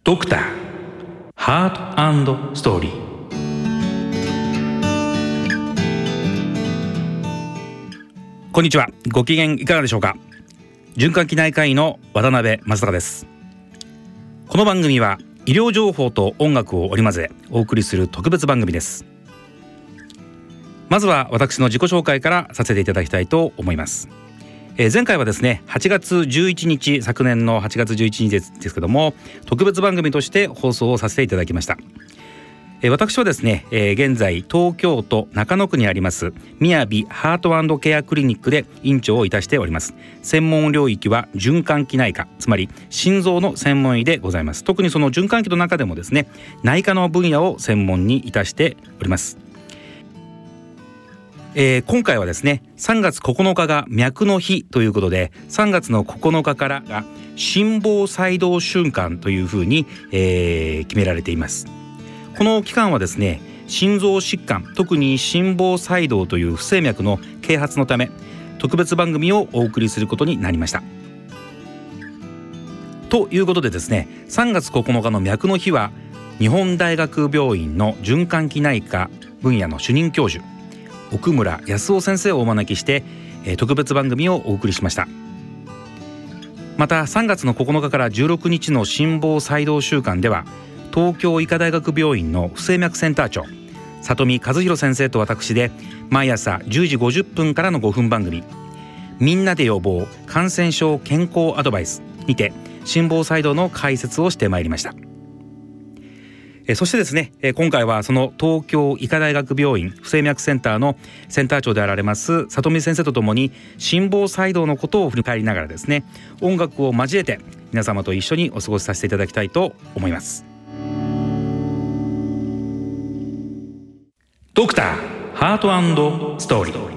ドクターハート&ストーリー。こんにちは。ご機嫌いかがでしょうか。循環器内科医の渡辺正孝です。この番組は医療情報と音楽を織り交ぜお送りする特別番組です。まずは私の自己紹介からさせていただきたいと思います。前回はですね8月11日昨年の8月11日ですけども、特別番組として放送をさせていただきました。私はですね、現在東京都中野区にありますみやびハート&ケアクリニックで院長をいたしております。専門領域は循環器内科、つまり心臓の専門医でございます。特にその循環器の中でもですね、内科の分野を専門にいたしております。今回はですね3月9日が脈の日ということで、3月の9日からが心房細動瞬間というふうに、決められています。この期間はですね、心臓疾患、特に心房細動という不整脈の啓発のため特別番組をお送りすることになりました。ということでですね、3月9日の脈の日は日本大学病院の循環器内科分野の主任教授奥村康夫先生をお招きして、特別番組をお送りしました。また3月の9日から16日の心房細動週間では、東京医科大学病院の不整脈センター長里見和弘先生と私で毎朝10時50分からの5分番組、みんなで予防感染症健康アドバイスにて心房細動の解説をしてまいりました。そしてですね、今回はその東京医科大学病院不整脈センターのセンター長であられます里見先生とともに心房細動のことを振り返りながらですね、音楽を交えて皆様と一緒にお過ごしさせていただきたいと思います。ドクターハート&ストーリー。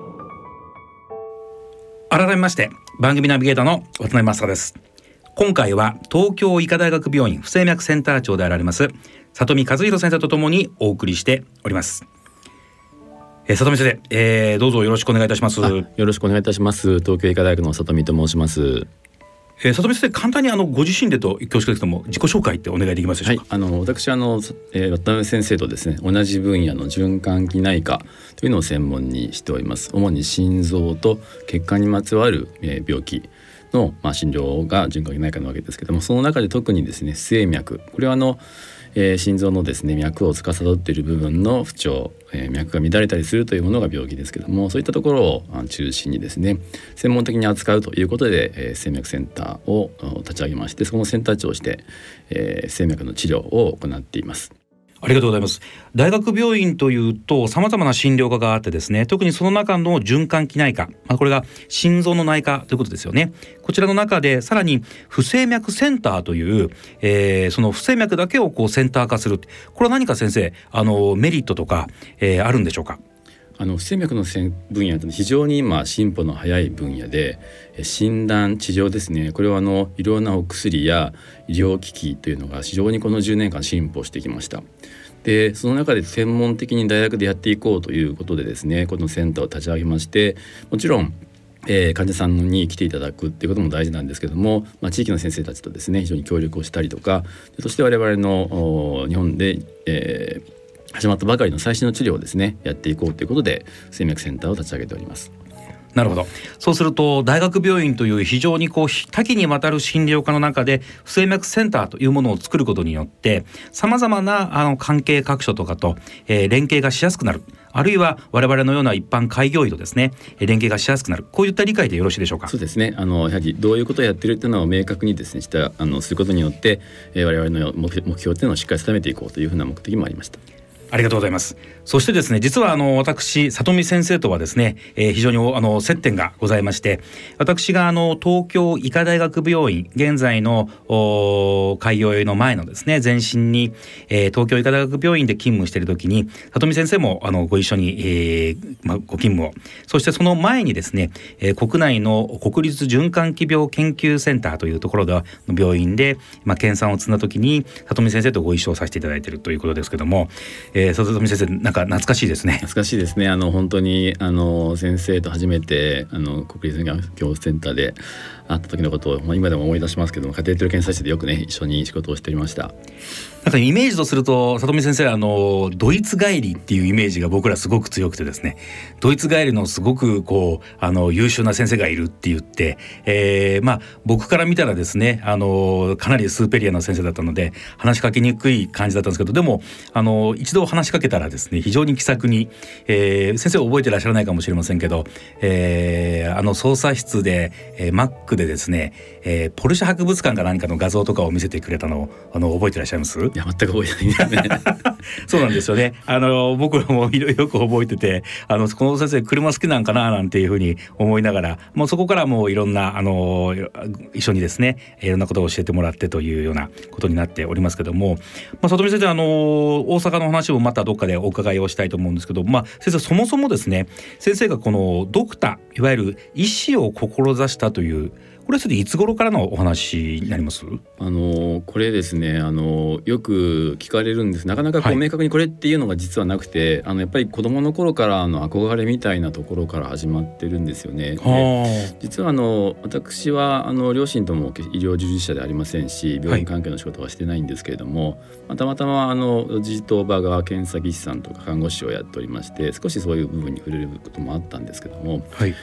改めまして番組ナビゲーターの渡辺正孝です。今回は東京医科大学病院不整脈センター長であられます里見和弘先生とともにお送りしております。里見先生、どうぞよろしくお願いいたします。 よろしくお願いいたします。東京医科大学の里見と申します。 里見先生、簡単にご自身でと恐縮ですけども自己紹介ってお願いできますでしょうか。 私渡辺先生とですね同じ分野の循環器内科というのを専門にしております。主に心臓と血管にまつわる、病気の、診療が循環器内科なわけですけども、その中で特にですね不整脈、これは心臓のですね脈を司っている部分の不調、脈が乱れたりするというものが病気ですけども、そういったところを中心にですね専門的に扱うということで、不整脈センターを立ち上げまして、そこのセンター長をして、不整脈の治療を行っています。 ありがとうございます。大学病院というと様々な診療科があってですね、特にその中の循環器内科、これが心臓の内科ということですよね。こちらの中でさらに不整脈センターという、その不整脈だけをセンター化する、これは何か先生メリットとか、あるんでしょうか。 不整脈の分野というのは非常に今進歩の早い分野で、診断治療ですね、これはいろんなお薬や医療機器というのが非常にこの10年間進歩してきました。でその中で専門的に大学でやっていこうということでですね、このセンターを立ち上げまして、もちろん患者さんに来ていただくっていうことも大事なんですけども、地域の先生たちとですね非常に協力をしたりとか、そして我々の日本で、始まったばかりの最新の治療をですねやっていこうということで不整脈センターを立ち上げております。 なるほど。そうすると大学病院という非常に多岐にわたる診療科の中で不整脈センターというものを作ることによってさまざまな関係各所とかと、連携がしやすくなる、あるいは我々のような一般開業医とですね連携がしやすくなる、こういった理解でよろしいでしょうか。 そうですね、やはりどういうことをやっているというのを明確にですねすることによって、我々の目標というのをしっかり定めていこうというふうな目的もありました。 ありがとうございます。そしてですね、実は私里見先生とはですね、非常に接点がございまして、私が東京医科大学病院現在の開業医の前のですね前身に、東京医科大学病院で勤務している時に里見先生もご一緒に、ご勤務を、そしてその前にですね、国内の国立循環器病研究センターというところの病院で、研鑽を積んだ時に里見先生とご一緒させていただいているということですけども、 里富先生なんか懐かしいですね。 懐かしいですね。本当に先生と初めて国立がん教育センターで会った時のことを、今でも思い出しますけども、カテーテル検査室でよくね一緒に仕事をしておりました。 なんかイメージとすると里見先生ドイツ帰りっていうイメージが僕らすごく強くてですね、ドイツ帰りのすごく優秀な先生がいるって言って、僕から見たらですねかなりスーペリアな先生だったので話しかけにくい感じだったんですけど、でも一度話しかけたらですね非常に気さくに、先生は覚えてらっしゃらないかもしれませんけど、捜査室で、マックでですね、ポルシェ博物館か何かの画像とかを見せてくれたのを覚えてらっしゃいます？ いや全く覚えてないんですねそうなんですよね。僕らもよく覚えててこの先生車好きなんかななんていうふうに思いながら、もうそこからもういろんな一緒にですねいろんなことを教えてもらってというようなことになっておりますけども、里見先生大阪の話もまたどっかでお伺いをしたいと思うんですけど、先生そもそもですね先生がこのドクターいわゆる医師を志したというこれいつ頃からのお話になります？ これですねよく聞かれるんです。なかなか明確にこれっていうのが実はなくて、やっぱり子どもの頃から憧れみたいなところから始まってるんですよね。で実は私は両親とも医療従事者でありませんし病院関係の仕事はしてないんですけれども、たまたまじとばが検査技師さんとか看護師をやっておりまして、少しそういう部分に触れることもあったんですけども、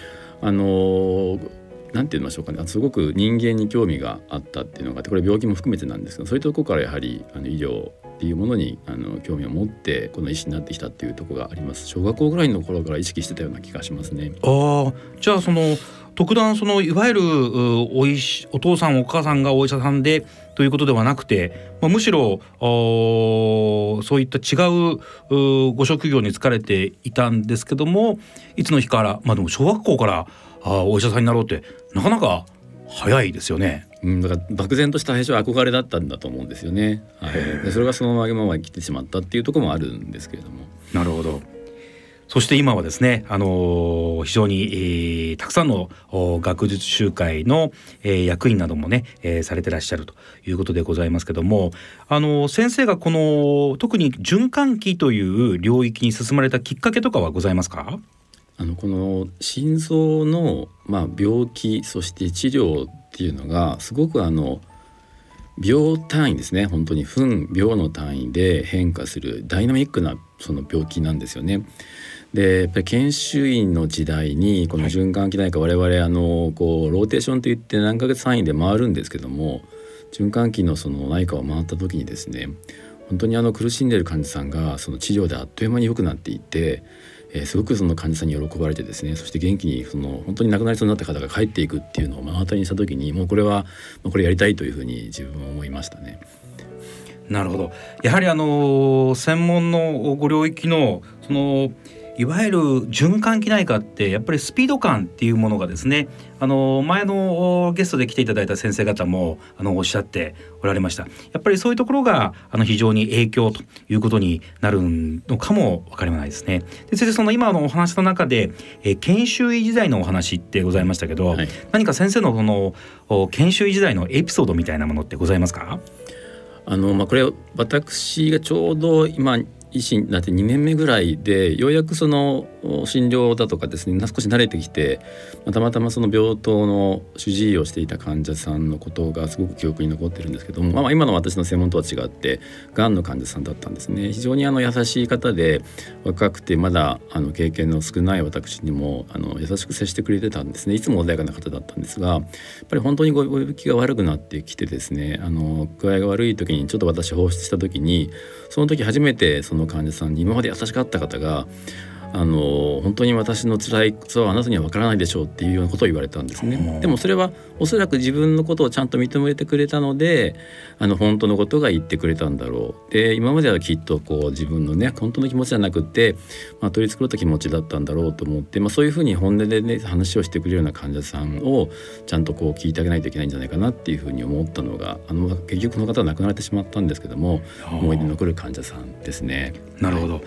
なんて言いましょうかね、すごく人間に興味があったっていうのがあって、これ病気も含めてなんですけど、そういうところからやはり医療っていうものに興味を持ってこの医師になってきたっていうところがあります。小学校ぐらいの頃から意識してたような気がしますね。 じゃあ特段いわゆるお父さんお母さんがお医者さんでということではなくて、むしろそういった違うご職業に就かれていたんですけども、いつの日からでも小学校からお医者さんになろうってなかなか早いですよね。 だから漠然とした最初は憧れだったんだと思うんですよね。でそれがそのまま来てしまったっていうところもあるんですけれども。 なるほど。そして今はですね、非常に、たくさんの学術集会の、役員などもね、されてらっしゃるということでございますけども、先生がこの特に循環器という領域に進まれたきっかけとかはございますか？ この心臓の、病気そして治療っていうのがすごく秒単位ですね、本当に分秒の単位で変化するダイナミックなその病気なんですよね。でやっぱり研修医の時代にこの循環器内科、我々ローテーションといって何ヶ月単位で回るんですけども、循環器のその内科を回った時にですね、本当に苦しんでいる患者さんがその治療であっという間に良くなっていて、すごくその患者さんに喜ばれてですね、そして元気に本当に亡くなりそうになった方が帰っていくっていうのを目の当たりにした時に、もうこれやりたいというふうに自分は思いましたね。 なるほど。やはり専門のご領域のいわゆる循環器内科ってやっぱりスピード感っていうものがですね、前のゲストで来ていただいた先生方もおっしゃっておられました。やっぱりそういうところが非常に影響ということになるのかも分かりまないですね。で先生今のお話の中で、研修医時代のお話ってございましたけど、何か先生の研修医時代のエピソードみたいなものってございますか？ これ私がちょうど今医師になって2年目ぐらいで、ようやくその診療だとかですね少し慣れてきて、たまたまその病棟の主治医をしていた患者さんのことがすごく記憶に残ってるんですけども、今の私の専門とは違ってがんの患者さんだったんですね。非常に優しい方で、若くてまだ経験の少ない私にも優しく接してくれてたんですね。いつも穏やかな方だったんですが、やっぱり本当にご病気が悪くなってきてですね、具合が悪い時にちょっと私放出した時に、その時初めてその患者さんに、今まで優しかった方が本当に私の辛いことはあなたには分からないでしょうっていうようなことを言われたんですね。でもそれはおそらく自分のことをちゃんと認めてくれたので、本当のことが言ってくれたんだろう。で今まではきっと自分のね本当の気持ちじゃなくって、取り繕った気持ちだったんだろうと思って、そういうふうに本音でね話をしてくれるような患者さんをちゃんと聞いてあげないといけないんじゃないかなっていうふうに思ったのが、結局この方は亡くなってしまったんですけども、思い出に残る患者さんですね。 なるほど。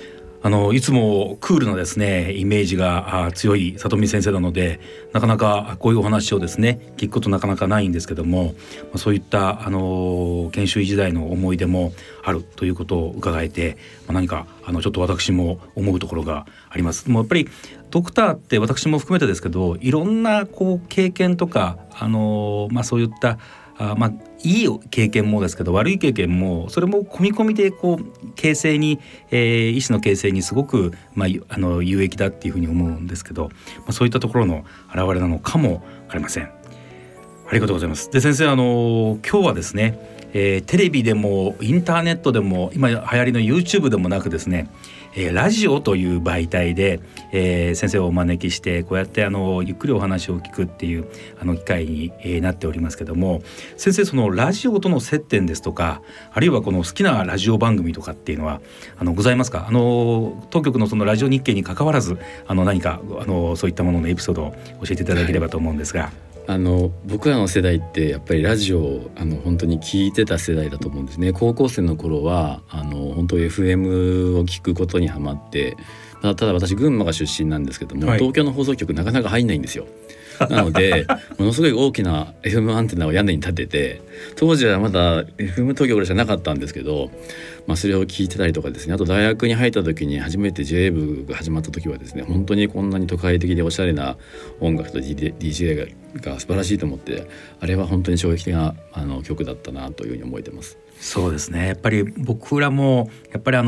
いつもクールなですねイメージが強い里見先生なので、なかなかこういうお話をですね聞くことなかなかないんですけども、そういった研修医時代の思い出もあるということを伺えて、何かちょっと私も思うところがあります。もうやっぱりドクターって私も含めてですけど、いろんな経験とかそういったいい経験もですけど悪い経験もそれも込み込みで形成に、医師の形成にすごく、有益だっていうふうに思うんですけど、そういったところの表れなのかもわかりません。ありがとうございます。で先生今日はですね、テレビでもインターネットでも今流行りの YouTube でもなくですね、ラジオという媒体で、先生をお招きしてこうやってゆっくりお話を聞くっていう機会に、なっておりますけども、先生そのラジオとの接点ですとか、あるいはこの好きなラジオ番組とかっていうのはございますか？当局のそのラジオ日経に関わらず何かそういったもののエピソードを教えていただければと思うんですが。 僕らの世代ってやっぱりラジオを本当に聞いてた世代だと思うんですね。高校生の頃は本当 FM を聞くことにハマって、ただ私群馬が出身なんですけども、東京の放送局なかなか入んないんですよ。なのでものすごい大きな FM アンテナを屋根に立てて、当時はまだ FM 東京ぐらいじゃなかったんですけど、それを聞いてたりとかですね。あと大学に入った時に初めて JWAVE が始まった時はですね、本当にこんなに都会的でおしゃれな音楽と DJ が素晴らしいと思って、あれは本当に衝撃的な曲だったなというふうに思えてます。 そうですね。やっぱり僕らもやっぱり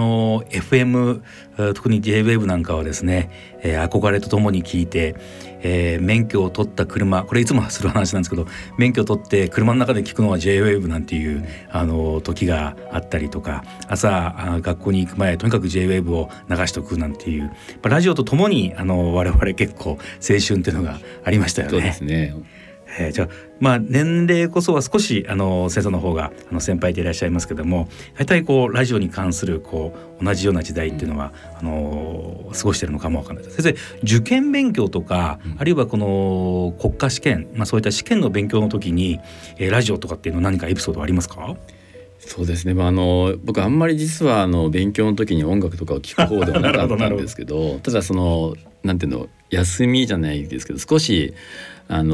FM 特に JWAVE なんかはですね、憧れとともに聞いて、免許を取った車、これいつもする話なんですけど、免許を取って車の中で聞くのは JWAVE なんていう時があったりとか、朝学校に行く前とにかく JWAVE を流しとくなんていう、ラジオとともに我々結構青春っていうのがありましたよね。 そうですね。 じゃあ、年齢こそは少し先生の方が先輩でいらっしゃいますけども、大体ラジオに関する同じような時代っていうのは過ごしてるのかもわからないです。先生、受験勉強とか、あるいはこの国家試験、そういった試験の勉強の時に、ラジオとかっていうの何かエピソードありますか？ そうですね、僕あんまり実は勉強の時に音楽とかを聞く方ではなかったんですけどただなんていうの、休みじゃないですけど少しリラ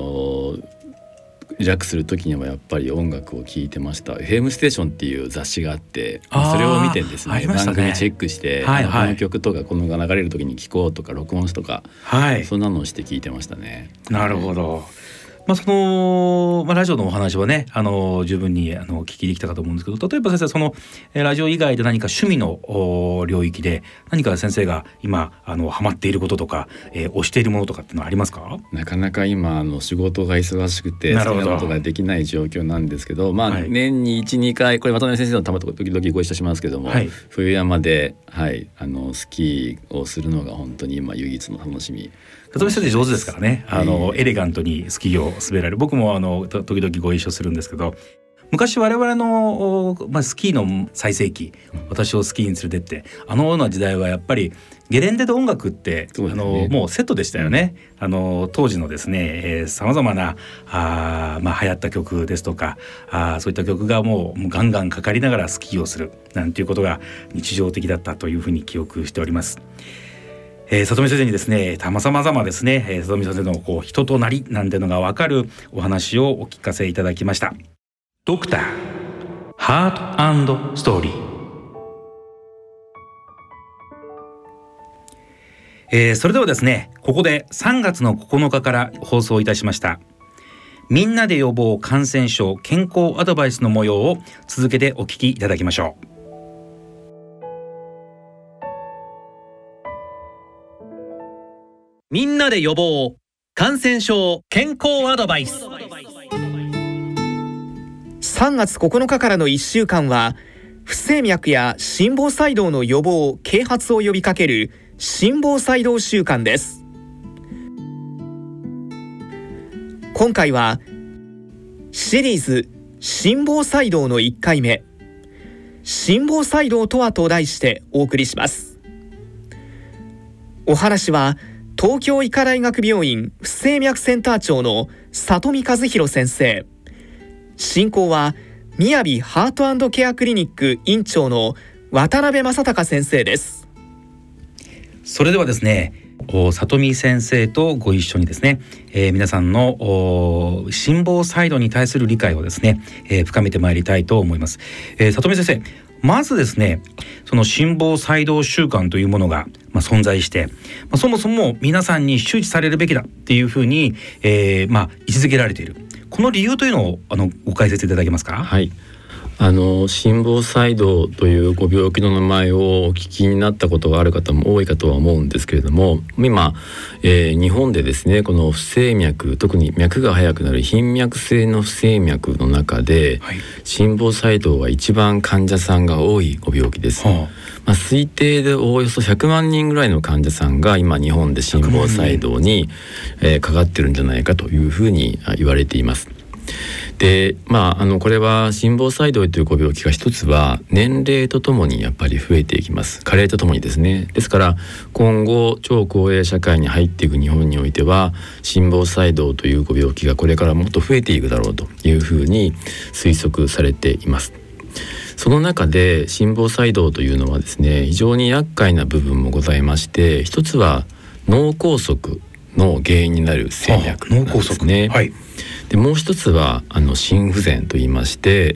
ックスする時にはやっぱり音楽を聴いてました。FM ステーションっていう雑誌があって、それを見てですね、番組チェックして、この曲とかこのが流れる時に聴こうとか録音しとか、そんなのをして聴いてましたね。 なるほど。ラジオのお話はね十分に聞きできたかと思うんですけど、例えば先生ラジオ以外で何か趣味の領域で何か先生が今ハマっていることとか、推しているものとかってのはありますか？ なかなか今仕事が忙しくて好きなことができない状況なんですけど、年に 1,2 回これ渡辺先生の時々ご一緒しますけども、冬山で、スキーをするのが本当に今唯一の楽しみ。 渡辺先生上手ですからね、エレガントにスキーを滑られる。僕も時々ご一緒するんですけど、昔我々の、スキーの最盛期、私をスキーに連れてってような時代はやっぱりゲレンデと音楽って、もうセットでしたよね。当時のですねさまざまな流行った曲ですとかそういった曲がもうガンガンかかりながらスキーをするなんていうことが日常的だったというふうに記憶しております。里見先生にですねさまざまですね里見先生の人となりなんていうのが分かるお話をお聞かせいただきました。ドクターハート&ストーリー。それではですねここで3月の9日から放送いたしましたみんなで予防感染症健康アドバイスの模様を続けてお聞きいただきましょう。 みんなで予防感染症健康アドバイス。3月9日からの1週間は不整脈や心房細動の予防啓発を呼びかける心房細動週間です。今回はシリーズ心房細動の1回目、心房細動とはと題してお送りします。お話は東京医科大学病院不整脈センター長の里見和弘先生、進行はみやびハート&ケアクリニック院長の渡辺正孝先生です。 それではですね、里見先生とご一緒にですね、皆さんの心房細動に対する理解をですね、深めてまいりたいと思います。里見先生、まずですね、その心房細動習慣というものが、存在して、そもそも皆さんに周知されるべきだっていうふうに、位置づけられている、この理由というのをご解説いただけますか？ はい、心房細動というご病気の名前をお聞きになったことがある方も多いかとは思うんですけれども、今、日本でですね、この不整脈、特に脈が速くなる頻脈性の不整脈の中で、心房細動は一番患者さんが多いご病気です。推定でおおよそ100万人ぐらいの患者さんが今日本で心房細動に、かかってるんじゃないかというふうに言われています。で、これは心房細動というご病気が一つは年齢とともにやっぱり増えていきます。加齢とともにですね。ですから今後超高齢社会に入っていく日本においては心房細動というご病気がこれからもっと増えていくだろうというふうに推測されています。その中で心房細動というのはですね、非常に厄介な部分もございまして、一つは脳梗塞の原因になる不整脈なんですね。でもう一つは心不全といいまして、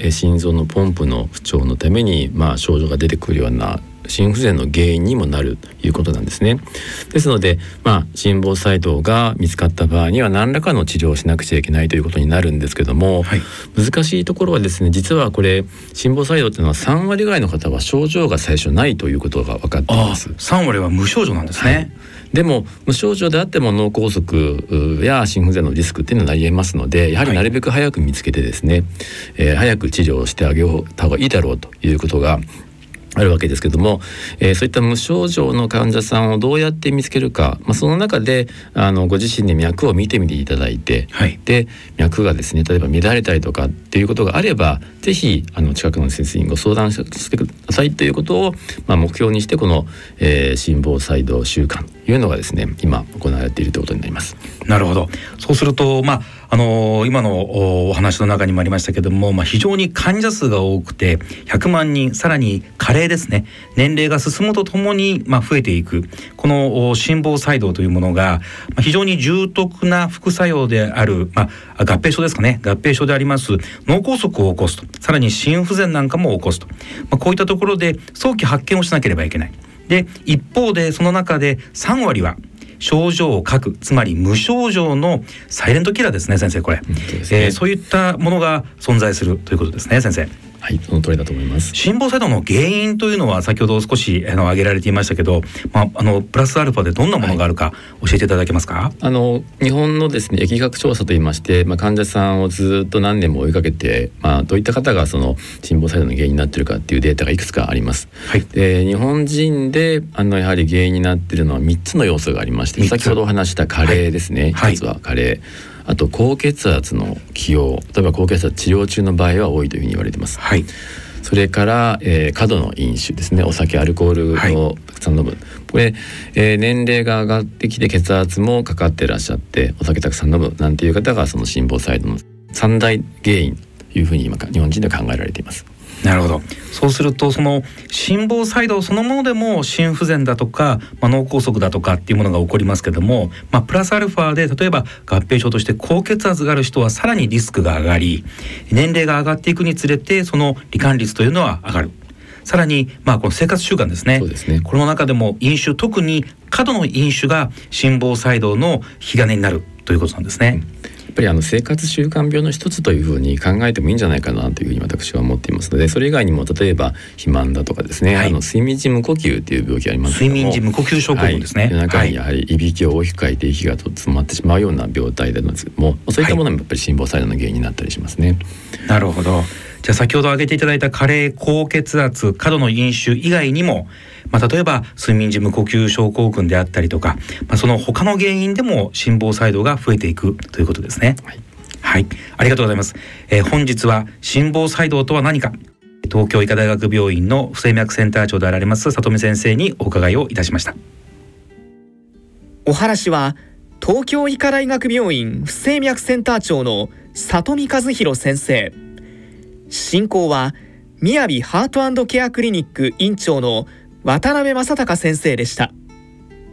心臓のポンプの不調のために、症状が出てくるような心不全の原因にもなるということなんですね。ですので、心房細動が見つかった場合には何らかの治療をしなくちゃいけないということになるんですけども、難しいところはですね、実はこれ心房細動というのは3割ぐらいの方は症状が最初ないということが分かっています。 3割は無症状なんですね。 でも無症状であっても脳梗塞や心不全のリスクっていうのはなり得ますので、やはりなるべく早く見つけてですね、早く治療をしてあげた方がいいだろうということがあるわけですけども、そういった無症状の患者さんをどうやって見つけるか、その中でご自身で脈を見てみていただいて、で脈がですね、例えば乱れたりとかっていうことがあれば、ぜひ近くの先生にご相談してくださいということを、目標にしてこの、心房細動習慣というのがですね、今行われているということになります。 なるほど。そうすると、今のお話の中にもありましたけども、非常に患者数が多くて100万人、さらに加齢ですね、年齢が進むとともに増えていくこの心房細動というものが、非常に重篤な副作用である、合併症ですかね、合併症であります脳梗塞を起こすと、さらに心不全なんかも起こすと、こういったところで早期発見をしなければいけない。で、一方でその中で3割は症状を欠く、つまり無症状のサイレントキラーですね、先生、これ、そういったものが存在するということですね、先生。 はい、その通りだと思います。 心房細動の原因というのは先ほど少し挙げられていましたけど、プラスアルファでどんなものがあるか教えていただけますか？ 日本のですね、疫学調査といいまして、患者さんをずっと何年も追いかけて、どういった方がその心房細動の原因になっているかっていうデータがいくつかあります。日本人でやはり原因になっているのは3つの要素がありまして、先ほどお話した加齢ですね、1つは加齢、あと高血圧の起用、例えば高血圧治療中の場合は多いというふうに言われています。それから、過度の飲酒ですね、お酒アルコールをたくさん飲む、これ、年齢が上がってきて血圧もかかっていらっしゃってお酒たくさん飲むなんていう方がその心房細動の3大原因というふうに今日本人では考えられています。 なるほど。そうするとその心房細動そのものでも心不全だとか、脳梗塞だとかっていうものが起こりますけども、プラスアルファで例えば合併症として高血圧がある人はさらにリスクが上がり、年齢が上がっていくにつれてその罹患率というのは上がる。さらに、この生活習慣ですね。この中でも飲酒、特に過度の飲酒が心房細動の引き金になるということなんですね。 やっぱり生活習慣病の一つというふうに考えてもいいんじゃないかなというふうに私は思っていますので、それ以外にも例えば肥満だとかですね、睡眠時無呼吸という病気がありますけども、 睡眠時無呼吸症候群ですね。 夜中にやはりいびきを大きくかいて息が詰まってしまうような病態なんですけども、そういったものもやっぱり心房細動の原因になったりしますね。 なるほど。じゃあ先ほど挙げていただいた加齢、高血圧、過度の飲酒以外にも、例えば睡眠時無呼吸症候群であったりとか、その他の原因でも心房細動が増えていくということですね。はい、ありがとうございます。本日は心房細動とは何か、東京医科大学病院の不整脈センター長であられます里見先生にお伺いをいたしました。 お話は東京医科大学病院不整脈センター長の里見和弘先生、進行はみやびハート&ケアクリニック院長の渡辺正孝先生でした。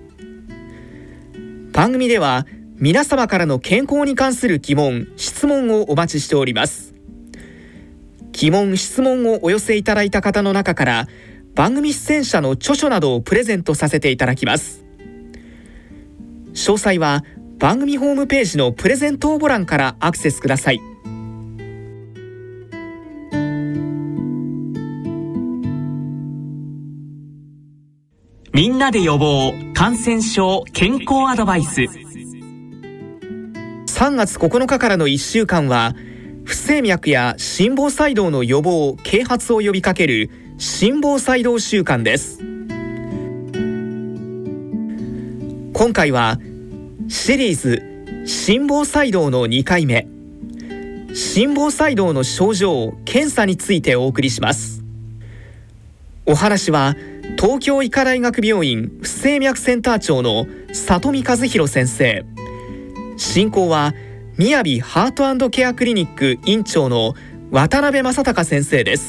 番組では皆様からの健康に関する疑問・質問をお待ちしております。疑問・質問をお寄せいただいた方の中から番組出演者の著書などをプレゼントさせていただきます。詳細は番組ホームページのプレゼント応募欄からアクセスください。みんなで予防感染症健康アドバイス。3月9日からの1週間は不整脈や心房細動の予防・啓発を呼びかける心房細動週間です。今回はシリーズ心房細動の2回目、心房細動の症状・検査についてお送りします。お話は東京医科大学病院不整脈センター長の里見和弘先生、進行はみやびハート&ケアクリニック院長の渡辺正孝先生です。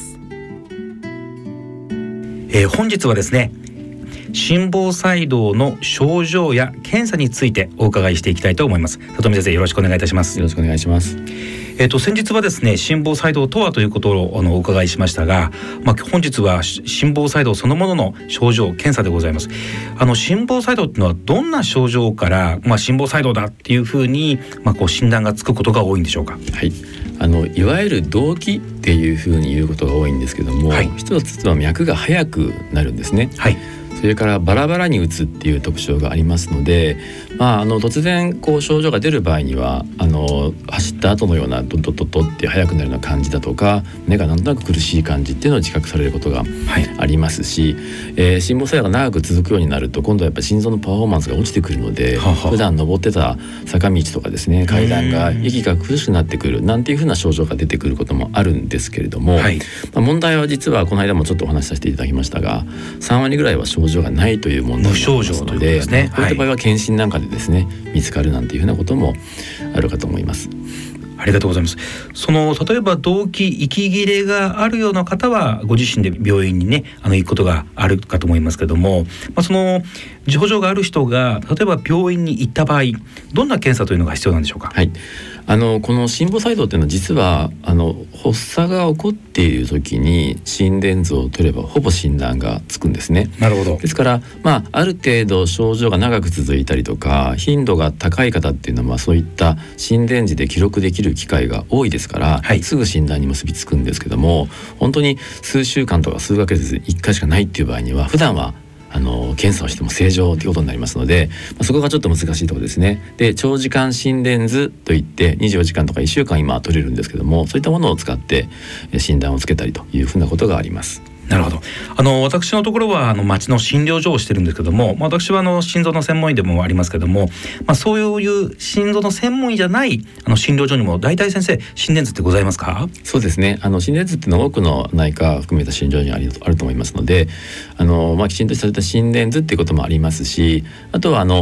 本日はですね、心房細動の症状や検査についてお伺いしていきたいと思います。里見先生、よろしくお願いいたします。 よろしくお願いします。 先日はですね、心房細動とはということをお伺いしましたが、本日は心房細動そのものの症状・検査でございます。心房細動っていうのはどんな症状から、心房細動だっていうふうに、診断がつくことが多いんでしょうか。 はい、いわゆる動悸っていうふうに言うことが多いんですけども、一つは脈が速くなるんですね。それからバラバラに打つっていう特徴がありますので、突然症状が出る場合には走った後のようなドッドッドッドって速くなるような感じだとか、目がなんとなく苦しい感じっていうのを自覚されることがありますし、心房細動が長く続くようになると今度はやっぱり心臓のパフォーマンスが落ちてくるので、普段登ってた坂道とかですね、階段が息が苦しくなってくるなんていうふうな症状が出てくることもあるんですけれども、問題は実はこの間もちょっとお話しさせていただきましたが、3割ぐらいは症状がないという問題がありますので、こういった場合は検診なんかでですね、見つかるなんていうふうなこともあるかと思います。 ありがとうございます。例えば動悸、息切れがあるような方はご自身で病院にね行くことがあるかと思いますけれども、その症状がある人が例えば病院に行った場合、どんな検査というのが必要なんでしょうか。 この心房細動というのは実は発作が起こっている時に心電図を取ればほぼ診断がつくんですね。 なるほど。 ですからある程度症状が長く続いたりとか頻度が高い方っていうのはそういった心電図で記録できる機会が多いですから、すぐ診断に結びつくんですけども、本当に数週間とか数ヶ月で1回しかないっていう場合には普段は検査をしても正常ということになりますので、そこがちょっと難しいところですね。で、長時間心電図といって24時間とか1週間今取れるんですけども、そういったものを使って診断をつけたりというふうなことがあります。 なるほど。私のところは町の診療所をしてるんですけども、私は心臓の専門医でもありますけども、そういう心臓の専門医じゃない診療所にも大体先生心電図ってございますか？ そうですね。心電図っていうのは多くの内科含めた診療所にあると思いますので、きちんとされた心電図っていうこともありますし、あとは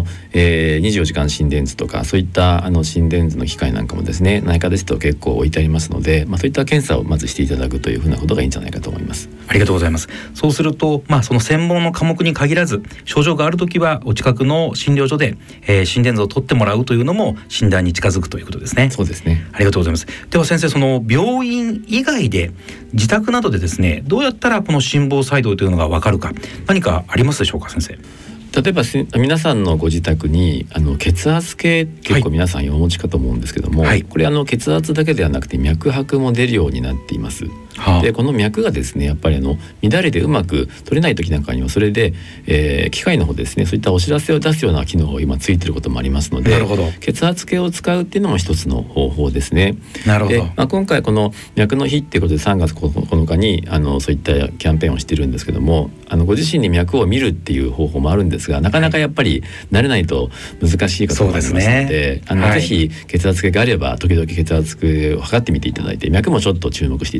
24時間心電図とかそういった心電図の機械なんかもですね、内科ですと結構置いてありますので、そういった検査をまずしていただくというふうなことがいいんじゃないかと思います。 ありがとうございます。そうすると、その専門の科目に限らず症状があるときはお近くの診療所で、心電図を取ってもらうというのも診断に近づくということですね。 そうですね。 ありがとうございます。では先生、病院以外で自宅などでですね、どうやったらこの心房細動というのが分かるか、何かありますでしょうか先生。 例えば皆さんのご自宅に血圧計結構皆さんお持ちかと思うんですけども、これ血圧だけではなくて脈拍も出るようになっています。でこの脈がですねやっぱり乱れてうまく取れない時なんかにはそれで、機械の方ですねそういったお知らせを出すような機能が今ついていることもありますので、血圧計を使うっていうのも一つの方法ですね。 なるほど。 で、今回この脈の日っていうことで3月9日にそういったキャンペーンをしているんですけども、ご自身に脈を見るっていう方法もあるんですが、なかなかやっぱり慣れないと難しいことがありますので、ぜひ血圧計があれば時々血圧計を測ってみていただいて、脈もちょっと注目していただくといいんじゃないか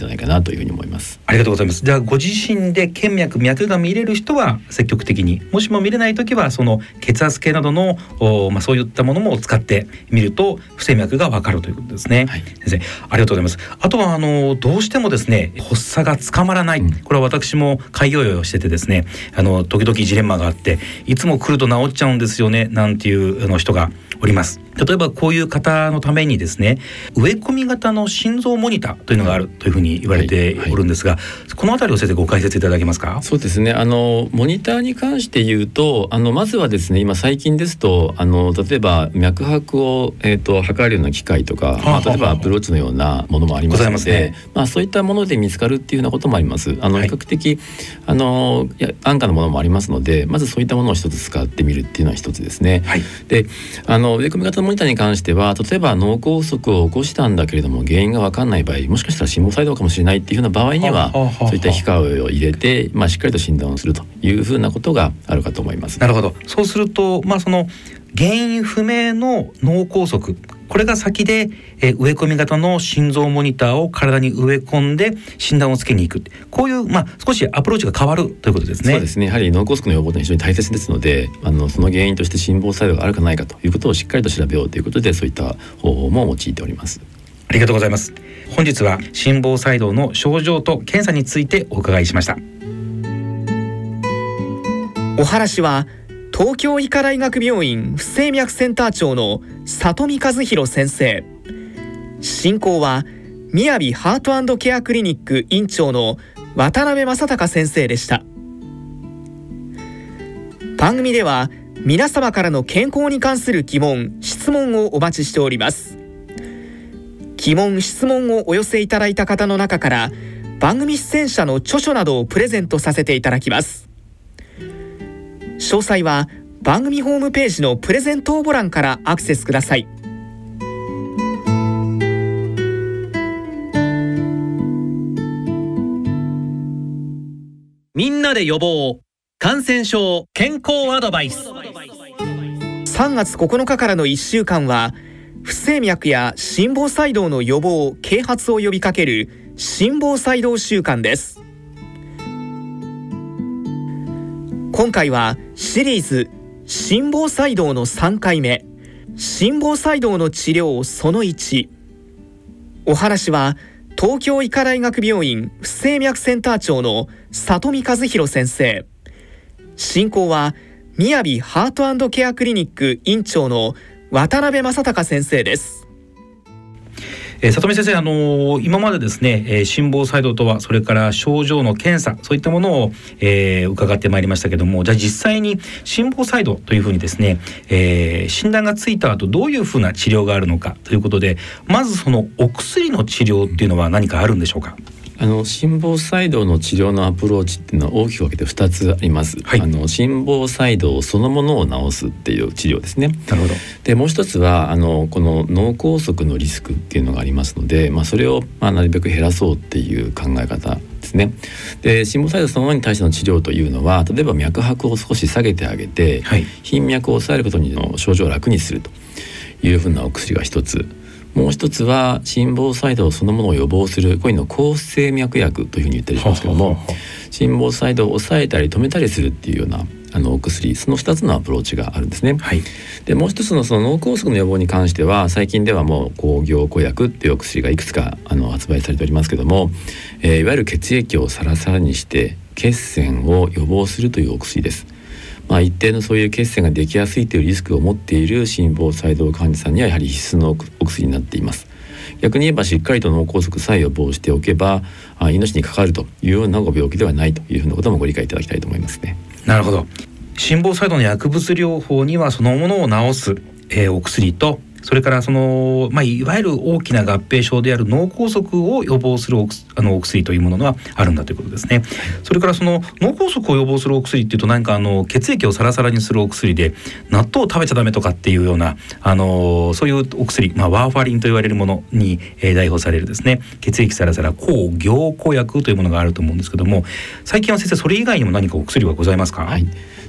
ゃないかなというふうに思います。 ありがとうございます。じゃあご自身で腱脈脈が見れる人は積極的に、もしも見れないときはその血圧計などのそういったものも使ってみると不整脈がわかるということですね。先生、ありがとうございます。あとはどうしてもですね、発作がつかまらない、これは私も開業医をしててですね、時々ジレンマがあって、いつも来ると治っちゃうんですよねなんていう人がおります。例えばこういう方のためにですね、植え込み型の心臓モニターというのがあるというふうに言われておるんですが、このあたりを先生ご解説いただけますか。 そうですね、モニターに関して言うとまずはですね、今最近ですと例えば脈拍を、測るような機械とか、例えばアプローチのようなものもありますので、そういったもので見つかるっていうようなこともあります。比較的安価なものもありますので、まずそういったものを一つ使ってみるっていうのは一つですね。で植え込み型のモニターに関しては、例えば脳梗塞を起こしたんだけれども原因が分かんない場合、もしかしたら心房細動かもしれないっていうような場合にはそういった皮下を入れて、しっかりと診断をするというふうなことがあるかと思います。 なるほど。そうすると、その原因不明の脳梗塞、これが先で、植え込み型の心臓モニターを体に植え込んで診断をつけに行く、こういう、少しアプローチが変わるということですね。 そうですね、やはり脳梗塞の予防というのは非常に大切ですので、その原因として心房細動があるかないかということをしっかりと調べようということで、そういった方法も用いております。 ありがとうございます。本日は心房細動の症状と検査についてお伺いしました。 お話は東京医科大学病院不整脈センター長の里見和弘先生、進行はみやびハート&ケアクリニック院長の渡辺正孝先生でした。番組では皆様からの健康に関する疑問・質問をお待ちしております。疑問・質問をお寄せいただいた方の中から番組出演者の著書などをプレゼントさせていただきます。詳細は番組ホームページのプレゼント応募欄からアクセスください。 みんなで予防感染症健康アドバイス。 3月9日からの1週間は不整脈や心房細動の予防・啓発を呼びかける心房細動週間です。今回はシリーズ心房細動の3回目、心房細動の治療その1。お話は東京医科大学病院不整脈センター長の里見和弘先生、進行はみやびハート&ケアクリニック院長の渡辺正孝先生です。 里見先生、今までですね、心房細動とは、それから症状の検査、そういったものを、伺ってまいりましたけども、じゃあ実際に心房細動というふうにですね、診断がついた後どういうふうな治療があるのかということで、まずそのお薬の治療っていうのは何かあるんでしょうか。 心房細動の治療のアプローチっていうのは大きく分けて2つあります。心房細動そのものを治すっていう治療ですね。 なるほど。 でもう一つはこの脳梗塞のリスクっていうのがありますので、それをなるべく減らそうっていう考え方ですね。で心房細動そのものに対しての治療というのは、例えば脈拍を少し下げてあげて、頻脈を抑えることに症状を楽にするというふうなお薬が一つ。もう一つは心房細動そのものを予防する、こういうのを抗不整脈薬というふうに言ったりしますけども、心房細動を抑えたり止めたりするっていうようなお薬、その2つのアプローチがあるんですね。でもう一つのその脳梗塞の予防に関しては、最近ではもう抗凝固薬っていうお薬がいくつか発売されておりますけども、いわゆる血液をサラサラにして血栓を予防するというお薬です。一定のそういう血栓ができやすいというリスクを持っている心房細動患者さんにはやはり必須のお薬になっています。逆に言えばしっかりと脳梗塞さえ予防しておけば命に関わるというようなご病気ではないというふうなこともご理解いただきたいと思いますね。 なるほど。心房細動の薬物療法にはそのものを治す、お薬と、それからいわゆる大きな合併症である脳梗塞を予防するお薬というものがあるんだということですね。それからその脳梗塞を予防するお薬っていうと、何か血液をサラサラにするお薬で、納豆を食べちゃダメとかっていうようなそういうお薬、ワーファリンと言われるものに、代表されるですね、血液サラサラ抗凝固薬というものがあると思うんですけども、最近は先生それ以外にも何かお薬はございますか。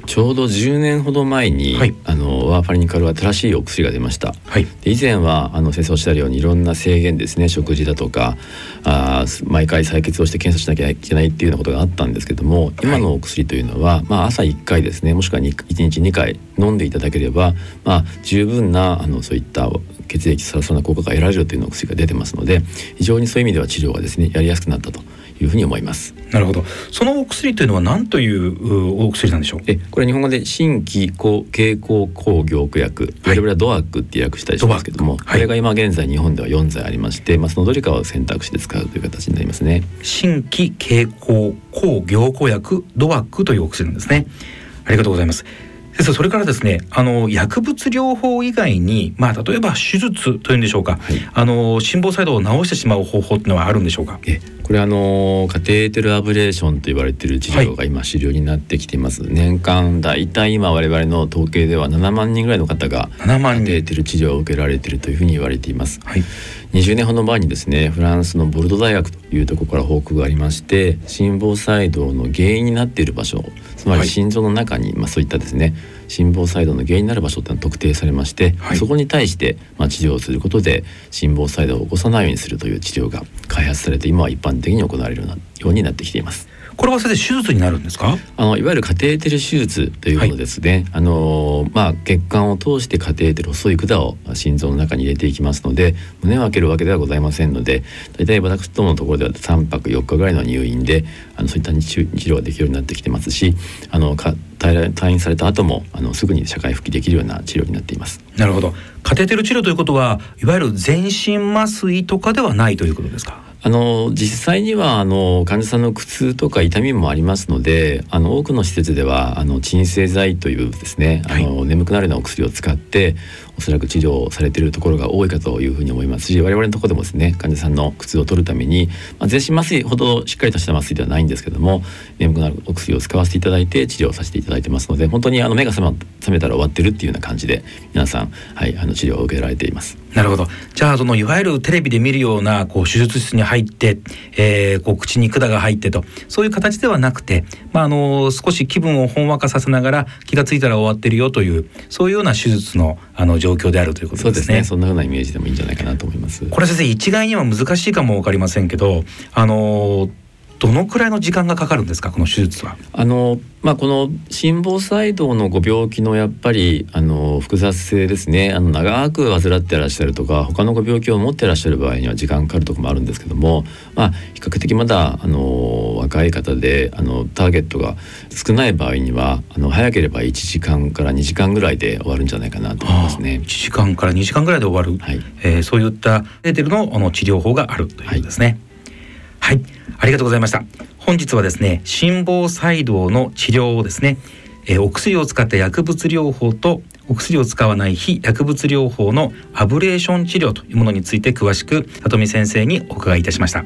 ちょうど10年ほど前に、ワーファリンに代わる新しいお薬が出ました。で以前は先生おっしゃるようにいろんな制限ですね、食事だとか毎回採血をして検査しなきゃいけないっていうようなことがあったんですけども、今のお薬というのは、朝1回ですね、もしくは1日2回飲んでいただければ、十分なそういった血液サラサラな効果が得られるというのお薬が出てますので、非常にそういう意味では治療がですねやりやすくなったというふうに思います。 なるほど。そのお薬というのは何というお薬なんでしょう。 これ日本語で新規経口抗凝固薬、我々はドアックって訳したりしますけども、これが今現在日本では4剤ありまして、そのどれかを選択して使うという形になりますね。 新規経口抗凝固薬ドアックというお薬なんですね。ありがとうございます。先生、それからですね、薬物療法以外に、例えば手術というんでしょうか、心房細動を治してしまう方法っていうのはあるんでしょうか。 これカテーテルアブレーションと言われている治療が今主流になってきています。年間だいたい今我々の統計では7万人ぐらいの方がカテーテル治療を受けられているというふうに言われています。20年ほど前にですね、フランスのボルドー大学というところから報告がありまして、心房細動の原因になっている場所、つまり心臓の中に、そういったですね心房細動の原因になる場所というのは特定されまして、そこに対して、治療をすることで心房細動を起こさないようにするという治療が開発されて、今は一般的に行われるようになってきています。 これは先生手術になるんですか。 いわゆるカテーテル手術というものですね。血管を通してカテーテル、細い管を心臓の中に入れていきますので、胸を開けるわけではございませんので、大体私どものところでは3泊4日ぐらいの入院でそういった治療ができるようになってきてますし、退院された後もすぐに社会復帰できるような治療になっています。 なるほど。カテーテル治療ということは、いわゆる全身麻酔とかではないということですか。 実際には患者さんの苦痛とか痛みもありますので、多くの施設では鎮静剤というですね、眠くなるようなお薬を使っておそらく治療をされているところが多いかというふうに思いますし、我々のところでもですね、患者さんの苦痛を取るために、全身麻酔ほどしっかりとした麻酔ではないんですけども、眠くなるお薬を使わせていただいて治療させていただいてますので、本当に目が覚めたら終わってるっていうような感じで皆さん、治療を受けられています。 なるほど。じゃあいわゆるテレビで見るような手術室に入って、口に管が入ってと、そういう形ではなくて、少し気分をほんわかさせながら気がついたら終わってるよという、そういうような手術の状況であるということですね。 そうですね。そんなようなイメージでもいいんじゃないかなと思います。 これ先生、一概には難しいかも分かりませんけど、どのくらいの時間がかかるんですか、この手術は。 この心房細動のご病気のやっぱり複雑性ですね、長く患っていらっしゃるとか他のご病気を持っていらっしゃる場合には時間かかるところもあるんですけども、比較的まだ若い方でターゲットが少ない場合には早ければ1時間から2時間ぐらいで終わるんじゃないかなと思いますね。 1時間から2時間ぐらいで終わる、そういったカテーテルの治療法があるということですね。ありがとうございました。本日はですね、心房細動の治療をですね、お薬を使った薬物療法とお薬を使わない非薬物療法のアブレーション治療というものについて詳しく里見先生にお伺いいたしました。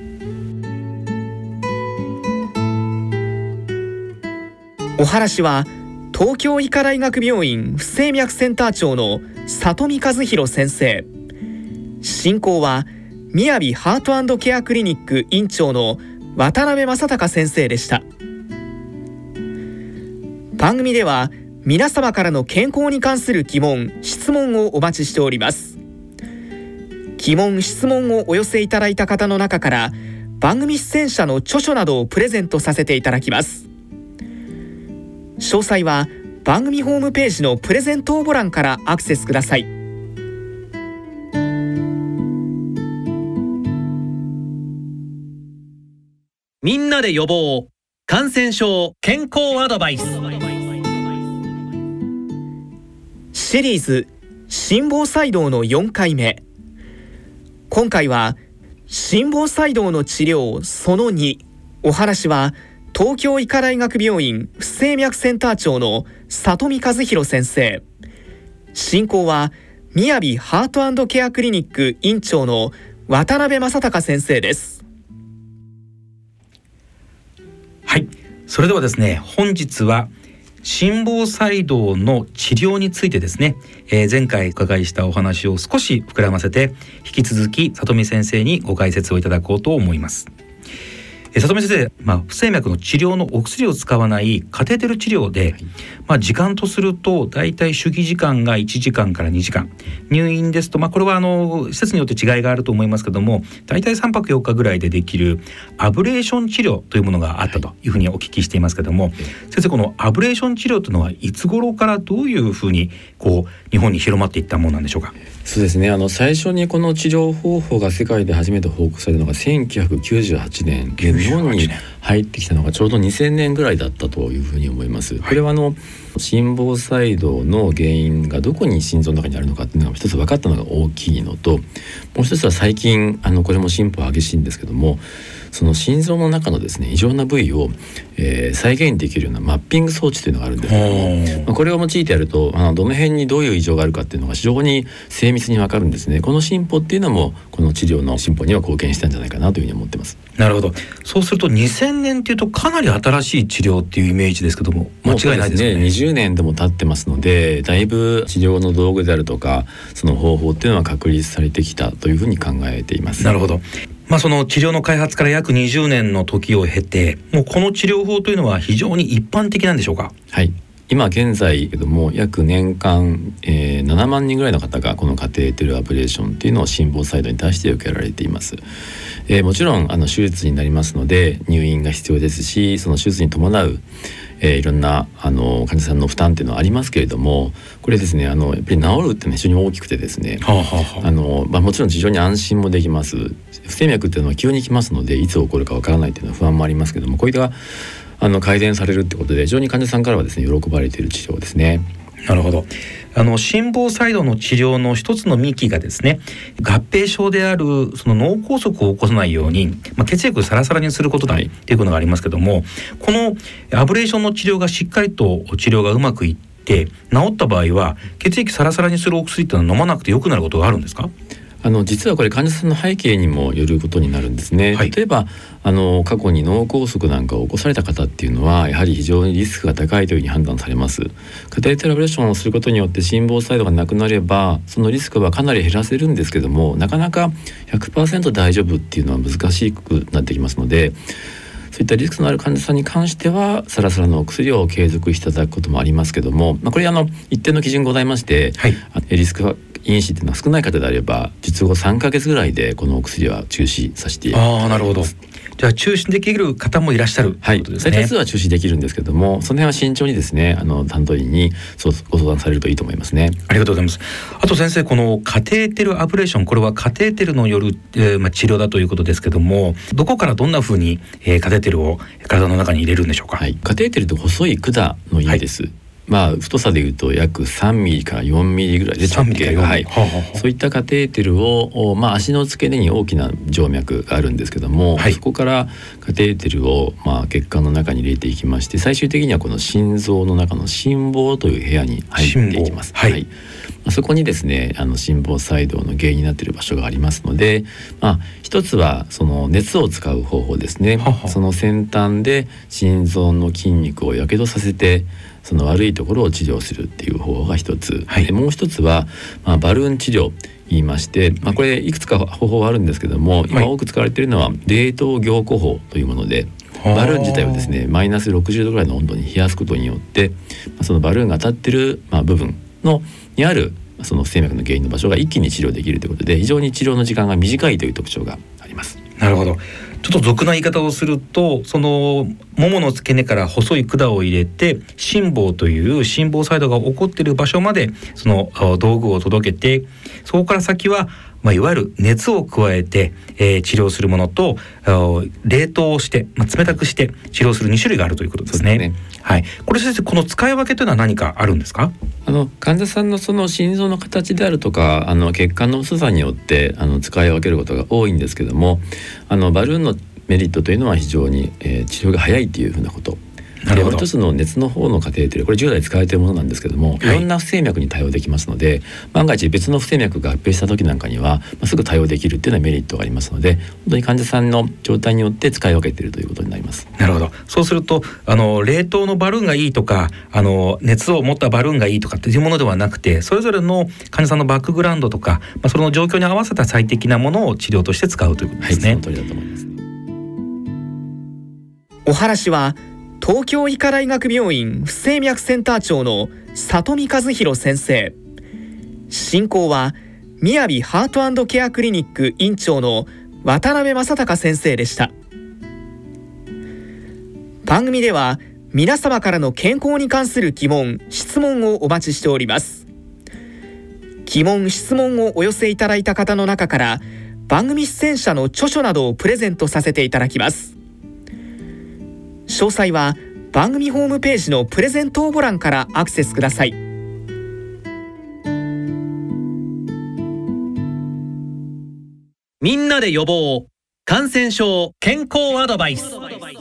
お話は東京医科大学病院不整脈センター長の里見和弘先生、進行はみやびハート&ケアクリニック院長の渡辺正隆先生でした。番組では皆様からの健康に関する疑問・質問をお待ちしております。疑問・質問をお寄せいただいた方の中から番組出演者の著書などをプレゼントさせていただきます。詳細は番組ホームページのプレゼント応募欄からアクセスください。 みんなで予防感染症健康アドバイスシリーズ心房細動の4回目。今回は心房細動の治療その2。お話は東京医科大学病院不整脈センター長の里見和弘先生。進行はみやびハート&ケアクリニック院長の渡辺正隆先生です。 それではですね、本日は心房細動の治療についてですね、前回伺いしたお話を少し膨らませて引き続き里見先生にご解説をいただこうと思います。 里見先生、不整脈の治療のお薬を使わないカテーテル治療で、時間とするとだいたい手技時間が1時間から2時間、入院ですと、これは施設によって違いがあると思いますけども、だいたい3泊4日ぐらいでできるアブレーション治療というものがあったというふうにお聞きしていますけども、先生、このアブレーション治療というのはいつ頃からどういうふうに日本に広まっていったものなんでしょうか。 そうですね、最初にこの治療方法が世界で初めて報告されたのが1998年で、日本に入ってきたのがちょうど2000年ぐらいだったというふうに思います。これは心房細動の原因がどこに心臓の中にあるのかっていうのが一つ分かったのが大きいのと、もう一つは最近これも進歩激しいんですけども、その心臓の中のですね異常な部位を、再現できるようなマッピング装置というのがあるんですけども、これを用いてやるとどの辺にどういう異常があるかっていうのが非常に精密に分かるんですね。この進歩っていうのもこの治療の進歩には貢献したんじゃないかなというふうに思ってます。 なるほど。そうすると2000年っていうとかなり新しい治療っていうイメージですけども、間違いないですよね。 もう20年でも経ってますので、だいぶ治療の道具であるとかその方法っていうのは確立されてきたというふうに考えています。 なるほど。その治療の開発から約20年の時を経て、もうこの治療法というのは非常に一般的なんでしょうか。 はい、今現在けども約年間、7万人ぐらいの方がこのカテーテルアブレーションというのを心房細動に対して受けられています。もちろん手術になりますので入院が必要ですし、その手術に伴ういろんな患者さんの負担っていうのはありますけれども、これですねやっぱり治るっていうのは非常に大きくてですね、もちろん非常に安心もできます。不整脈っていうのは急に来ますのでいつ起こるかわからないっていうのは不安もありますけども、こういった改善されるってことで非常に患者さんからはですね喜ばれている治療ですね。 なるほど。心房細動の治療の一つの幹がですね、合併症であるその脳梗塞を起こさないように、血液をサラサラにすることだということがありますけども、このアブレーションの治療がしっかりと治療がうまくいって治った場合は血液サラサラにするお薬っていうのは飲まなくて良くなることがあるんですか。 実はこれ患者さんの背景にもよることになるんですね。例えば過去に脳梗塞なんかを起こされた方っていうのはやはり非常にリスクが高いというふうに判断されます。カテーテルアブレーションをすることによって心房細動がなくなればそのリスクはかなり減らせるんですけども、なかなか 100% 大丈夫っていうのは難しくなってきますので、そういったリスクのある患者さんに関してはサラサラのお薬を継続していただくこともありますけども、これ一定の基準ございまして、リスク因子っていうのは少ない方であれば術後3ヶ月ぐらいでこのお薬は中止させていただきます。 なるほど。じゃあ中止できる方もいらっしゃるということですね。 最多数は中止できるんですけども、その辺は慎重にですね担当医にご相談されるといいと思いますね。 ありがとうございます。あと先生、このカテーテルアブレーション、これはカテーテルのよる、治療だということですけども、どこからどんなふうに、カテーテルを体の中に入れるんでしょうか。 カテーテルと細い管の意味です。太さでいうと約3ミリから4ミリぐらいで直径が、そういったカテーテルを、足の付け根に大きな静脈があるんですけども、そこからカテーテルを、血管の中に入れていきまして、最終的にはこの心臓の中の心房という部屋に入っていきます。そこにですね心房細動の原因になっている場所がありますので、一つはその熱を使う方法ですね。その先端で心臓の筋肉をやけどさせてその悪いところを治療するっていう方法が一つ、もう一つは、バルーン治療言いまして、これいくつか方法はあるんですけども、今多く使われているのは冷凍凝固法というもので、バルーン自体をですねマイナス60度ぐらいの温度に冷やすことによって、そのバルーンが当たっている、部分にあるその不整脈の原因の場所が一気に治療できるということで、非常に治療の時間が短いという特徴があります。 なるほど。ちょっと俗な言い方をすると、そのももの付け根から細い管を入れて心房という心房細動が起こっている場所までその道具を届けて、そこから先はいわゆる熱を加えて、治療するものと冷凍をして、冷たくして治療する2種類があるということですね。これ先生、この使い分けというのは何かあるんですか。 患者さんのその心臓の形であるとか血管の薄さによって使い分けることが多いんですけども、バルーンのメリットというのは非常に、治療が早いというふうなこと。一つの熱の方のカテーテル、これ従来使われているものなんですけども、いろんな不整脈に対応できますので、万が一別の不整脈が合併した時なんかには、すぐ対応できるっていうようなメリットがありますので、本当に患者さんの状態によって使い分けているということになります。 なるほど。そうすると冷凍のバルーンがいいとか熱を持ったバルーンがいいとかっていうものではなくて、それぞれの患者さんのバックグラウンドとか、その状況に合わせた最適なものを治療として使うということですね。 その通りだと思います。 お話は東京医科大学病院不整脈センター長の里見和弘先生、進行はみやびハート&ケアクリニック院長の渡辺正隆先生でした。番組では皆様からの健康に関する疑問・質問をお待ちしております。疑問・質問をお寄せいただいた方の中から番組出演者の著書などをプレゼントさせていただきます。詳細は番組ホームページのプレゼント応募欄からアクセスください。 みんなで予防感染症健康アドバイス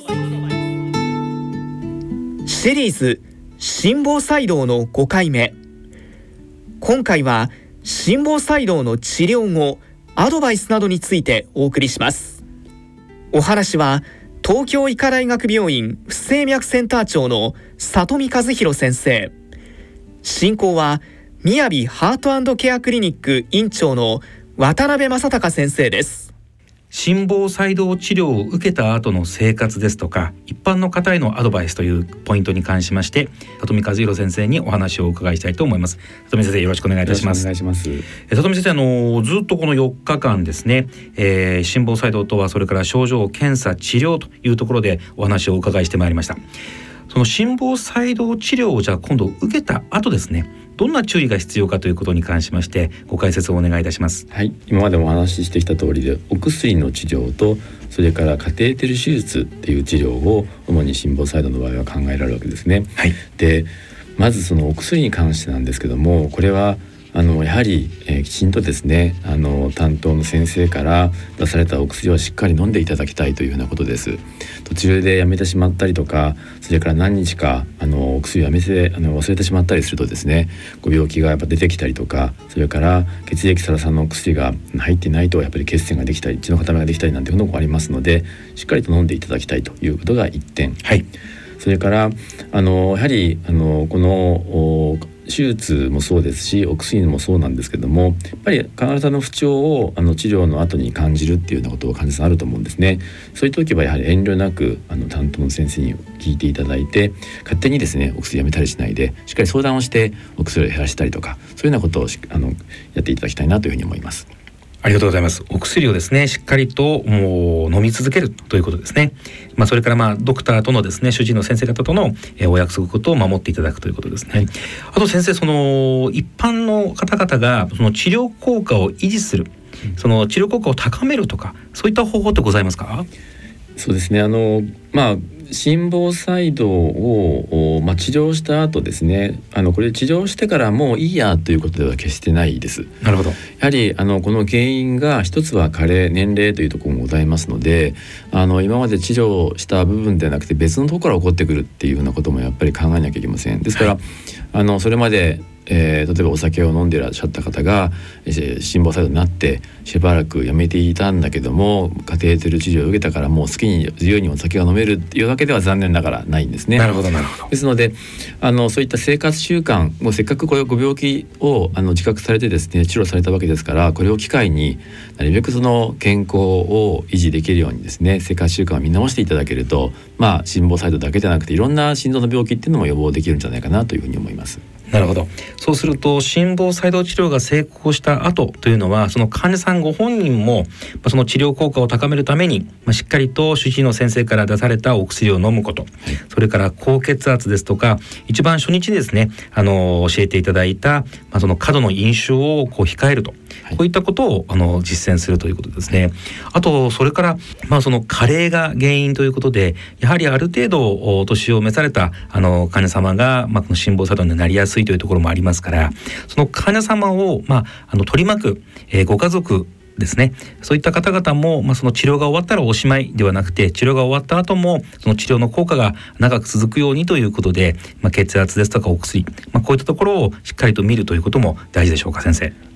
シリーズ心房細動の5回目。今回は心房細動の治療後アドバイスなどについてお送りします。お話は東京医科大学病院不整脈センター長の里見和弘先生、進行はみやびハート&ケアクリニック院長の渡辺正隆先生です。 心房細動治療を受けた後の生活ですとか一般の方へのアドバイスというポイントに関しまして里見和弘先生にお話をお伺いしたいと思います。里見先生、よろしくお願いいたします。 よろしくお願いします。 里見先生、ずっとこの4日間ですね、心房細動とはそれから症状、検査、治療というところでお話をお伺いしてまいりました。その心房細動治療をじゃあ今度受けた後ですね、どんな注意が必要かということに関しましてご解説をお願いいたします。 はい、今までもお話ししてきた通りで、お薬の治療とそれからカテーテル手術っていう治療を主に心房細動の場合は考えられるわけですね。 はい、 でまずそのお薬に関してなんですけども、これはやはり、きちんとですね担当の先生から出されたお薬をしっかり飲んでいただきたいというふうなことです。途中でやめてしまったりとか、それから何日かお薬をやめて忘れてしまったりするとですね、ご病気がやっぱ出てきたりとか、それから血液サラ酸のお薬が入ってないとやっぱり血栓ができたり血の塊ができたりなんていうのもありますので、しっかりと飲んでいただきたいということが1点。 はい、 それからやはりこの手術もそうですしお薬もそうなんですけども、やっぱり体の不調を治療の後に感じるっていうようなことを患者さんあると思うんですね。そういう時はやはり遠慮なく担当の先生に聞いていただいて、勝手にですねお薬やめたりしないでしっかり相談をしてお薬を減らしたりとか、そういうようなことをやっていただきたいなというふうに思います。 ありがとうございます。お薬をですねしっかりともう飲み続けるということですね。それからドクターとのですね主治医の先生方とのお約束事を守っていただくということですね。あと先生、その一般の方々がその治療効果を維持する、その治療効果を高めるとか、そういった方法ってございますか？ そうですね、心房細動を、治療した後ですね、これ治療してからもういいやということでは決してないです。 なるほど。やはりこの原因が一つは加齢、年齢というところもございますので、今まで治療した部分ではなくて別のところから起こってくるっていうようなこともやっぱり考えなきゃいけません。ですから、はい、それまで例えばお酒を飲んでいらっしゃった方が心房細動になってしばらくやめていたんだけども、カテーテル治療を受けたからもう好きに自由にお酒が飲めるっていうわけでは残念ながらないんですね。 なるほどなるほど。 ですのでそういった生活習慣もせっかくこういうご病気を自覚されてですね治療されたわけですから、これを機会になるべくその健康を維持できるようにですね生活習慣を見直していただけると、心房細動だけじゃなくていろんな心臓の病気っていうのも予防できるんじゃないかなというふうに思います。 なるほど。そうすると心房細動治療が成功した後というのは、その患者さんご本人もその治療効果を高めるためにしっかりと主治医の先生から出されたお薬を飲むこと、それから高血圧ですとか一番初日にですね教えていただいた、その過度の飲酒を控えると、こういったことを実践するということですね。あとそれからその加齢が原因ということで、やはりある程度お年を召された患者様がこの心房細動になりやすいというところもありますから、その患者様を取り巻く、ご家族ですね、そういった方々も、その治療が終わったらおしまいではなくて、治療が終わった後もその治療の効果が長く続くようにということで、血圧ですとかお薬、こういったところをしっかりと見るということも大事でしょうか、先生。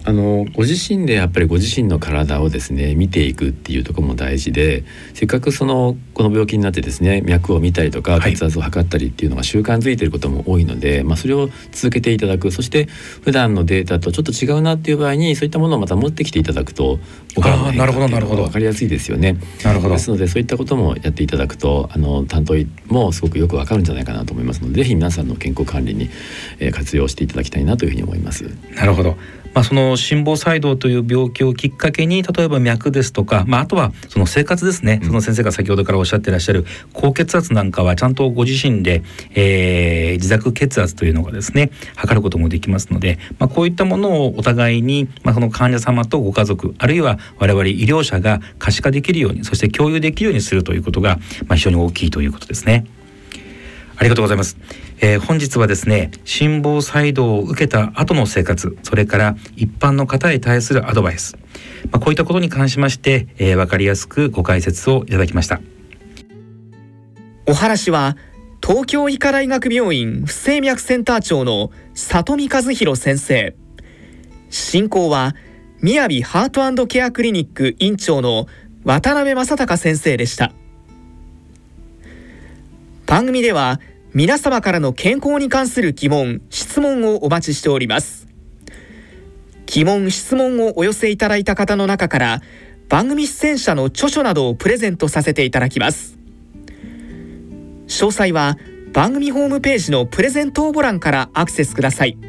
ご自身でやっぱりご自身の体をですね見ていくっていうところも大事で、せっかくこの病気になってですね脈を見たりとか血圧を測ったりっていうのが習慣づいていることも多いので、それを続けていただく。そして普段のデータとちょっと違うなっていう場合にそういったものをまた持ってきていただくとお体の変化っていうのが分かりやすいですよね。 なるほど。 ですのでそういったこともやっていただくと担当医もすごくよく分かるんじゃないかなと思いますので、ぜひ皆さんの健康管理に活用していただきたいなというふうに思います。 なるほど。その心房細動という病気をきっかけに、例えば脈ですとか、あとはその生活ですね、その先生が先ほどからおっしゃっていらっしゃる高血圧なんかはちゃんとご自身で、自宅血圧というのがですね測ることもできますので、こういったものをお互いに、その患者様とご家族、あるいは我々医療者が可視化できるように、そして共有できるようにするということが、非常に大きいということですね。ありがとうございます。本日はですね、心房細動を受けた後の生活、それから一般の方へ対するアドバイス、こういったことに関しまして、分かりやすくご解説をいただきました。 お話は東京医科大学病院不整脈センター長の里見和弘先生。進行はみやびハート&ケアクリニック院長の渡辺正孝先生でした。番組では皆様からの健康に関する疑問・質問をお待ちしております。疑問・質問をお寄せいただいた方の中から番組出演者の著書などをプレゼントさせていただきます。詳細は番組ホームページのプレゼント応募欄からアクセスください。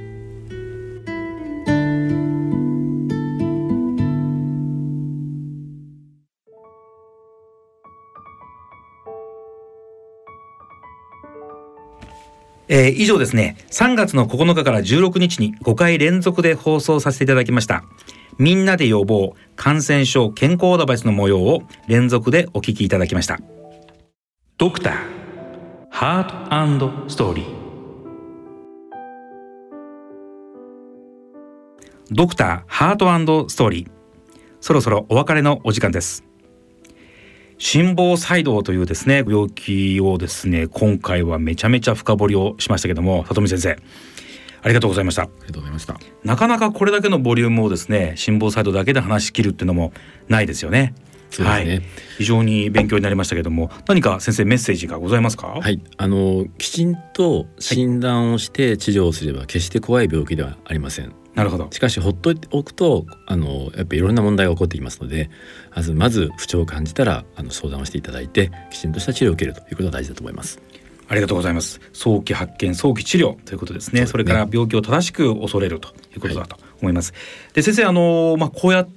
以上ですね、3月の9日から16日に5回連続で放送させていただきましたみんなで予防感染症健康アドバイスの模様を連続でお聞きいただきました。ドクターハート&ストーリー。ドクターハート&ストーリー、そろそろお別れのお時間です。心房細動というですね病気をですね、今回はめちゃめちゃ深掘りをしましたけども、里見先生ありがとうございました。 ありがとうございました。 なかなかこれだけのボリュームをですね心房細動だけで話し切るっていうのもないですよね。 そうですね、 非常に勉強になりましたけども、何か先生メッセージがございますか？ はい、きちんと診断をして治療をすれば決して怖い病気ではありません。 なるほど。 しかし放っておくとやっぱりいろんな問題が起こってきますので、まず不調を感じたら相談をしていただいて、きちんとした治療を受けるということが大事だと思います。 ありがとうございます。早期発見早期治療ということですね。それから病気を正しく恐れるということだと思います。で先生こうやって、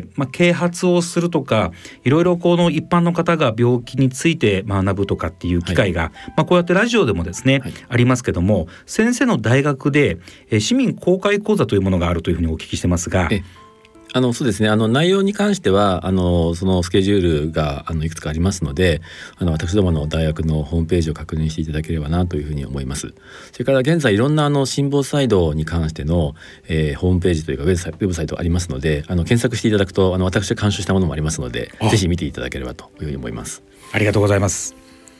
啓発をするとか、いろいろこの一般の方が病気について学ぶとかっていう機会が、こうやってラジオでもですね、ありますけども、先生の大学で市民公開講座というものがあるというふうにお聞きしてますが。 そうですね、内容に関してはそのスケジュールがいくつかありますので、私どもの大学のホームページを確認していただければなというふうに思います。それから現在いろんな心房細動に関しての、ホームページというかウェブサイトありますので、検索していただくと私が監修したものもありますので、ぜひ見ていただければというふうに思います。 ありがとうございます。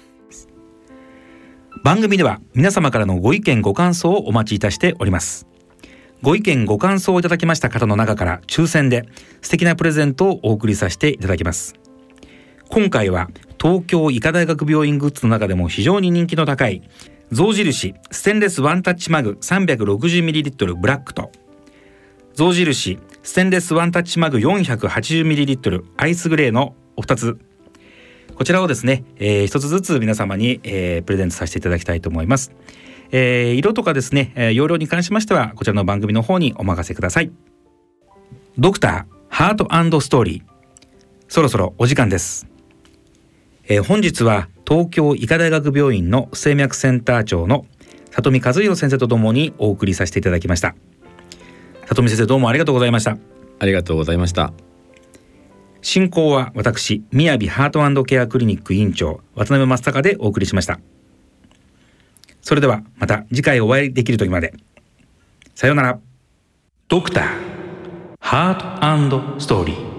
番組では皆様からのご意見ご感想をお待ちいたしております。ご意見ご感想をいただきました方の中から抽選で素敵なプレゼントをお送りさせていただきます。今回は東京医科大学病院グッズの中でも非常に人気の高い象印ステンレスワンタッチマグ 360ml ブラックと象印ステンレスワンタッチマグ 480ml アイスグレーのお二つ、こちらをですね、一つずつ皆様に、プレゼントさせていただきたいと思います。色とかですね、容量に関しましてはこちらの番組の方にお任せください。ドクターハート&ストーリー、そろそろお時間です。本日は東京医科大学病院の不整脈センター長の里見和弘先生とともにお送りさせていただきました。里見先生、どうもありがとうございました。 ありがとうございました。 進行は私、みやびハート&ケアクリニック院長渡辺正孝でお送りしました。それではまた次回お会いできる時まで。さようなら。ドクターハート&ストーリー。